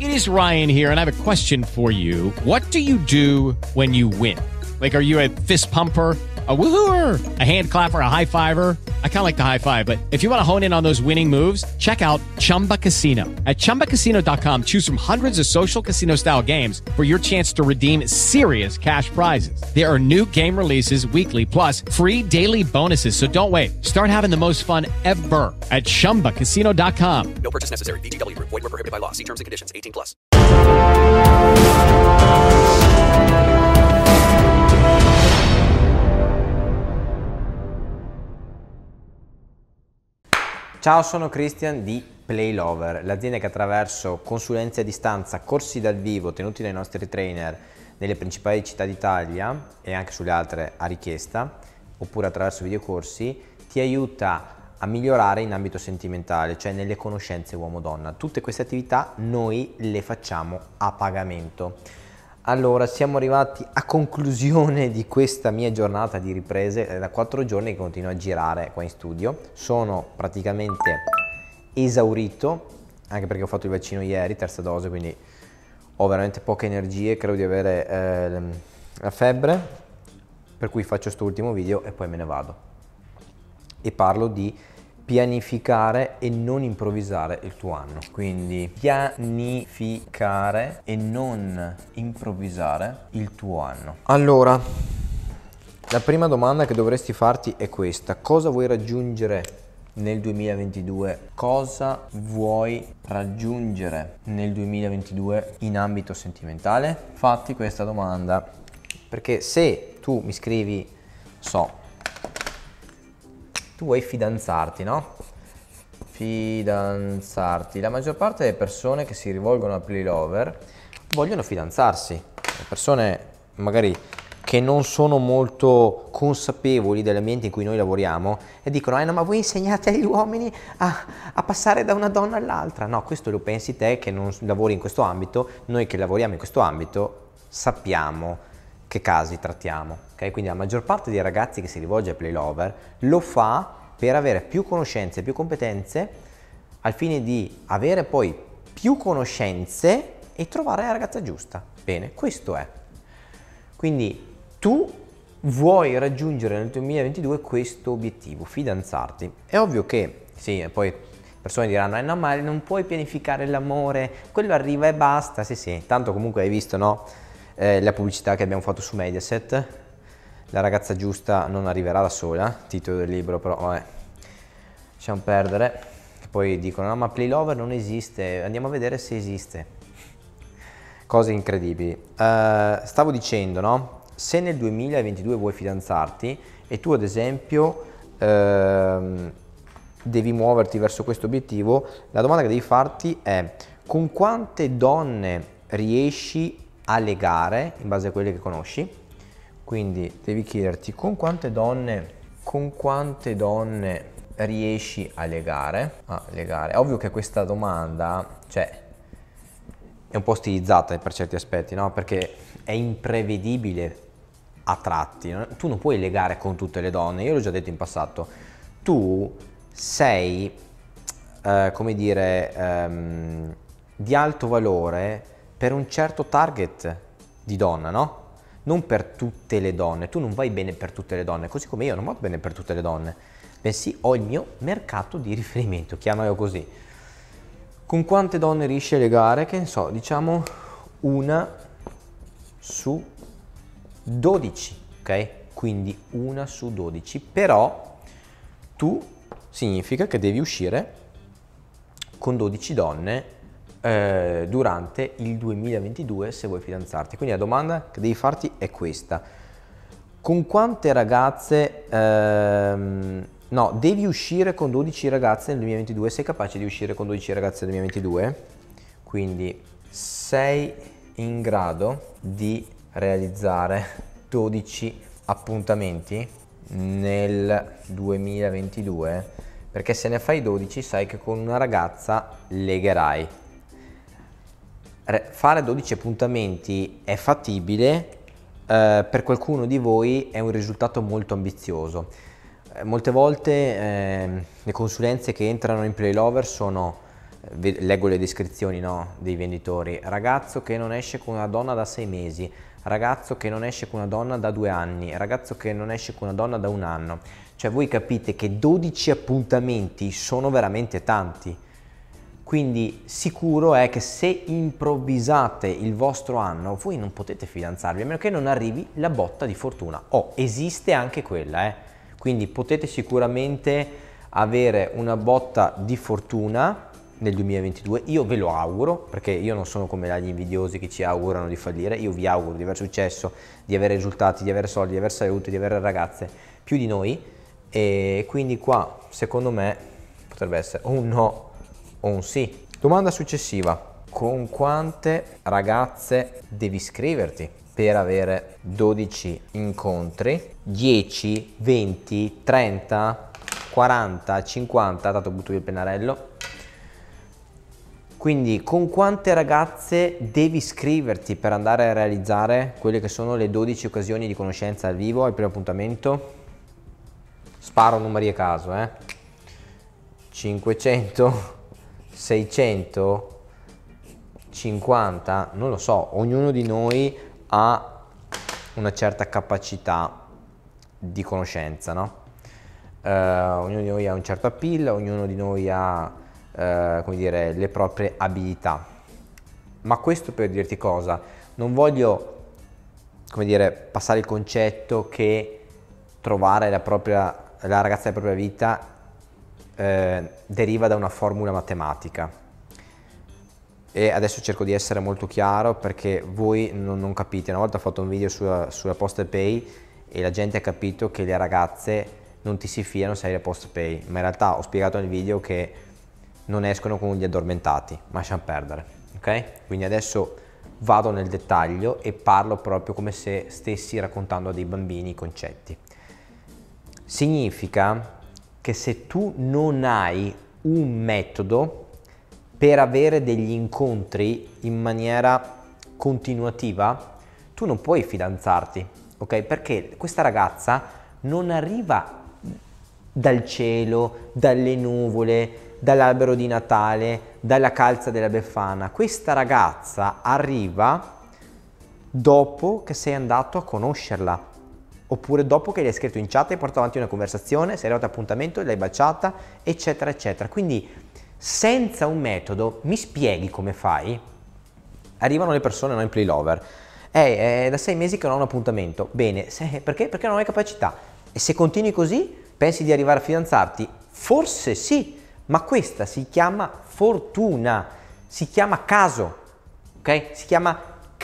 It is Ryan here, and I have a question for you. What do you do when you win? Like, are you a fist pumper, a woohooer, a hand clapper, a high fiver? I kind of like the high five, but if you want to hone in on those winning moves, check out Chumba Casino. At ChumbaCasino.com, choose from hundreds of social casino style games for your chance to redeem serious cash prizes. There are new game releases weekly, plus free daily bonuses. So don't wait. Start having the most fun ever at ChumbaCasino.com. No purchase necessary. VGW Group. Void where prohibited by law. See terms and conditions. 18 plus. Ciao, sono Christian di Playlover, l'azienda che attraverso consulenze a distanza, corsi dal vivo tenuti dai nostri trainer nelle principali città d'Italia e anche sulle altre a richiesta, oppure attraverso videocorsi, ti aiuta a migliorare in ambito sentimentale, cioè nelle conoscenze uomo-donna. Tutte queste attività noi le facciamo a pagamento. Allora, siamo arrivati a conclusione di questa mia giornata di riprese. È da 4 giorni che continuo a girare qua in studio. Sono praticamente esaurito, anche perché ho fatto il vaccino ieri, terza dose, quindi ho veramente poche energie, credo di avere la febbre, per cui faccio quest'ultimo video e poi me ne vado. E parlo di pianificare e non improvvisare il tuo anno. Quindi pianificare e non improvvisare il tuo anno. Allora, la prima domanda che dovresti farti è questa: cosa vuoi raggiungere nel 2022? Cosa vuoi raggiungere nel 2022 in ambito sentimentale? Fatti questa domanda, perché se tu mi scrivi, tu vuoi fidanzarti, no? Fidanzarti. La maggior parte delle persone che si rivolgono a Playlover vogliono fidanzarsi. Le persone magari che non sono molto consapevoli dell'ambiente in cui noi lavoriamo e dicono: no, ma voi insegnate agli uomini a passare da una donna all'altra. No, questo lo pensi te che non lavori in questo ambito. Noi che lavoriamo in questo ambito sappiamo che casi trattiamo, ok? Quindi la maggior parte dei ragazzi che si rivolge a Playlover lo fa per avere più conoscenze, più competenze, al fine di avere poi più conoscenze e trovare la ragazza giusta. Bene, questo è. Quindi tu vuoi raggiungere nel 2022 questo obiettivo, fidanzarti. È ovvio che, sì, poi persone diranno: no, ma non puoi pianificare l'amore, quello arriva e basta. Sì, tanto comunque hai visto, no? La pubblicità che abbiamo fatto su Mediaset, la ragazza giusta non arriverà da sola, titolo del libro, però vabbè, lasciamo perdere. Poi dicono: no, ma Playlover non esiste, andiamo a vedere se esiste. Cose incredibili. Stavo dicendo, no? Se nel 2022 vuoi fidanzarti e tu ad esempio devi muoverti verso questo obiettivo, la domanda che devi farti è: con quante donne riesci a legare in base a quelle che conosci? Quindi devi chiederti con quante donne riesci a legare. È ovvio che questa domanda, cioè, è un po' stilizzata per certi aspetti, no? Perché è imprevedibile a tratti, no? Tu non puoi legare con tutte le donne, io l'ho già detto in passato. Tu sei, come dire, di alto valore per un certo target di donna, no? Non per tutte le donne. Tu non vai bene per tutte le donne, così come io non vado bene per tutte le donne, bensì ho il mio mercato di riferimento, chiamalo così. Con quante donne riesci a legare? Che ne so, diciamo 1 su 12, ok? Quindi 1 su 12, però tu significa che devi uscire con 12 donne durante il 2022 se vuoi fidanzarti. Quindi la domanda che devi farti è questa: con quante ragazze devi uscire con 12 ragazze nel 2022? Sei capace di uscire con 12 ragazze nel 2022? Quindi sei in grado di realizzare 12 appuntamenti nel 2022? Perché se ne fai 12 sai che con una ragazza legherai. Fare 12 appuntamenti è fattibile, per qualcuno di voi è un risultato molto ambizioso. Molte volte le consulenze che entrano in Playlover sono leggo le descrizioni, no, dei venditori: ragazzo che non esce con una donna da 6 mesi, ragazzo che non esce con una donna da 2 anni, ragazzo che non esce con una donna da 1 anno. Cioè voi capite che 12 appuntamenti sono veramente tanti. Quindi sicuro è che se improvvisate il vostro anno, voi non potete fidanzarvi a meno che non arrivi la botta di fortuna. Esiste anche quella, quindi potete sicuramente avere una botta di fortuna nel 2022. Io ve lo auguro, perché io non sono come gli invidiosi che ci augurano di fallire. Io vi auguro di avere successo, di avere risultati, di avere soldi, di avere salute, di avere ragazze più di noi, e quindi qua secondo me potrebbe essere un no o un sì. Domanda successiva: con quante ragazze devi iscriverti per avere 12 incontri? 10, 20, 30, 40, 50, tanto butto via il pennarello. Quindi con quante ragazze devi iscriverti per andare a realizzare quelle che sono le 12 occasioni di conoscenza al vivo al primo appuntamento? Sparo numeri a caso, 500, 600, 50, non lo so, ognuno di noi ha una certa capacità di conoscenza, no? Ognuno di noi ha un certo appeal, ognuno di noi ha come dire, le proprie abilità. Ma questo per dirti cosa? Non voglio, come dire, passare il concetto che trovare la ragazza della propria vita deriva da una formula matematica. E adesso cerco di essere molto chiaro, perché voi non capite. Una volta ho fatto un video sulla PostePay e la gente ha capito che le ragazze non ti si fiano se hai la PostePay, ma in realtà ho spiegato nel video che non escono con gli addormentati, ma lasciamo perdere, ok? Quindi adesso vado nel dettaglio e parlo proprio come se stessi raccontando a dei bambini i concetti. Significa che se tu non hai un metodo per avere degli incontri in maniera continuativa, tu non puoi fidanzarti, ok? Perché questa ragazza non arriva dal cielo, dalle nuvole, dall'albero di Natale, dalla calza della Befana. Questa ragazza arriva dopo che sei andato a conoscerla, oppure dopo che gli hai scritto in chat, hai portato avanti una conversazione, sei arrivato all'appuntamento, l'hai baciata, eccetera, eccetera. Quindi senza un metodo, mi spieghi come fai? Arrivano le persone, no, in Play Lover. È da 6 mesi che non ho un appuntamento. Bene, perché? Perché non hai capacità. E se continui così, pensi di arrivare a fidanzarti? Forse sì, ma questa si chiama fortuna, si chiama caso, ok? Si chiama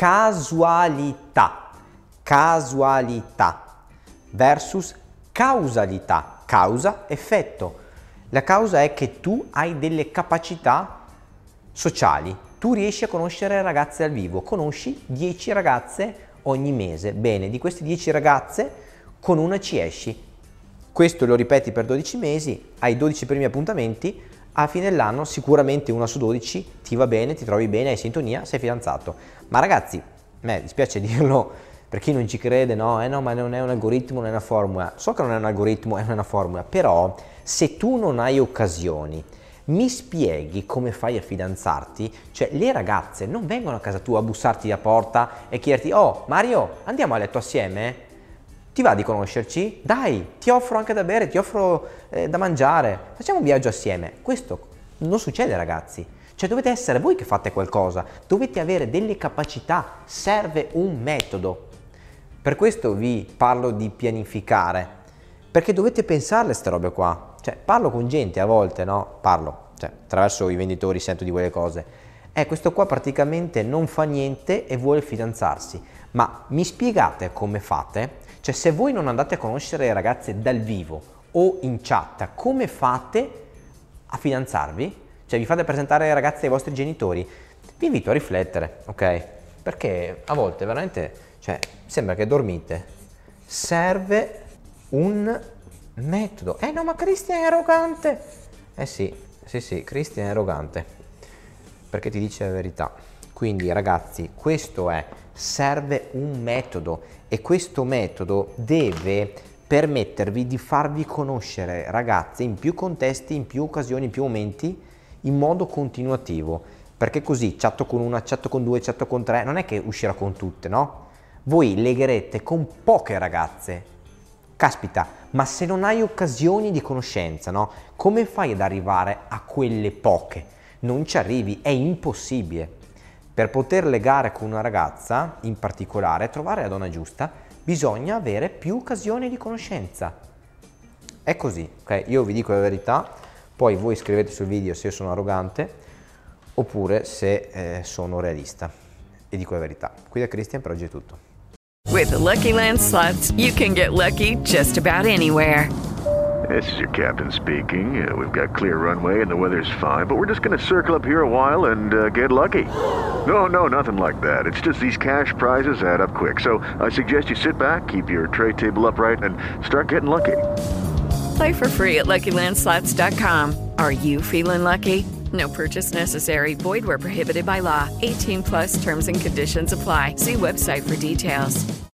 casualità, casualità versus causalità, causa, effetto. La causa è che tu hai delle capacità sociali, tu riesci a conoscere ragazze dal vivo, conosci 10 ragazze ogni mese, bene, di queste 10 ragazze con una ci esci. Questo lo ripeti per 12 mesi, hai 12 primi appuntamenti, a fine dell'anno sicuramente una su 12 ti va bene, ti trovi bene, hai sintonia, sei fidanzato. Ma ragazzi, a me dispiace dirlo per chi non ci crede, no, no, ma non è un algoritmo, non è una formula. So che non è un algoritmo, è una formula, però se tu non hai occasioni, mi spieghi come fai a fidanzarti? Cioè, le ragazze non vengono a casa tua a bussarti alla porta e chiederti: oh Mario, andiamo a letto assieme? Ti va di conoscerci? Dai, ti offro anche da bere, ti offro da mangiare, facciamo un viaggio assieme. Questo non succede, ragazzi. Cioè, dovete essere voi che fate qualcosa, dovete avere delle capacità, serve un metodo. Per questo vi parlo di pianificare, perché dovete pensarle ste robe qua. Cioè, parlo con gente a volte, no? Cioè, attraverso i venditori sento di quelle cose. Questo qua praticamente non fa niente e vuole fidanzarsi. Ma mi spiegate come fate? Cioè, se voi non andate a conoscere le ragazze dal vivo o in chat, come fate a fidanzarvi? Cioè, vi fate presentare le ragazze ai vostri genitori? Vi invito a riflettere, ok? Perché a volte veramente, cioè, sembra che dormite. Serve un metodo. No, ma Cristian è arrogante. Sì, Cristian è arrogante, perché ti dice la verità. Quindi, ragazzi, questo serve un metodo, e questo metodo deve permettervi di farvi conoscere ragazze in più contesti, in più occasioni, in più momenti, in modo continuativo, perché così chatto con una, chatto con due, chatto con tre, non è che uscirà con tutte, no? Voi legherete con poche ragazze. Caspita, ma se non hai occasioni di conoscenza, no? Come fai ad arrivare a quelle poche? Non ci arrivi, è impossibile. Per poter legare con una ragazza, in particolare, trovare la donna giusta, bisogna avere più occasioni di conoscenza. È così, ok? Io vi dico la verità, poi voi scrivete sul video se io sono arrogante oppure se sono realista. E dico la verità. Qui da Christian per oggi è tutto. With the Lucky Land Slots, you can get lucky just about anywhere. This is your captain speaking. We've got clear runway and the weather's fine, but we're just going to circle up here a while and get lucky. No, nothing like that. It's just these cash prizes add up quick. So I suggest you sit back, keep your tray table upright, and start getting lucky. Play for free at LuckyLandSlots.com. Are you feeling lucky? No purchase necessary. Void where prohibited by law. 18+ terms and conditions apply. See website for details.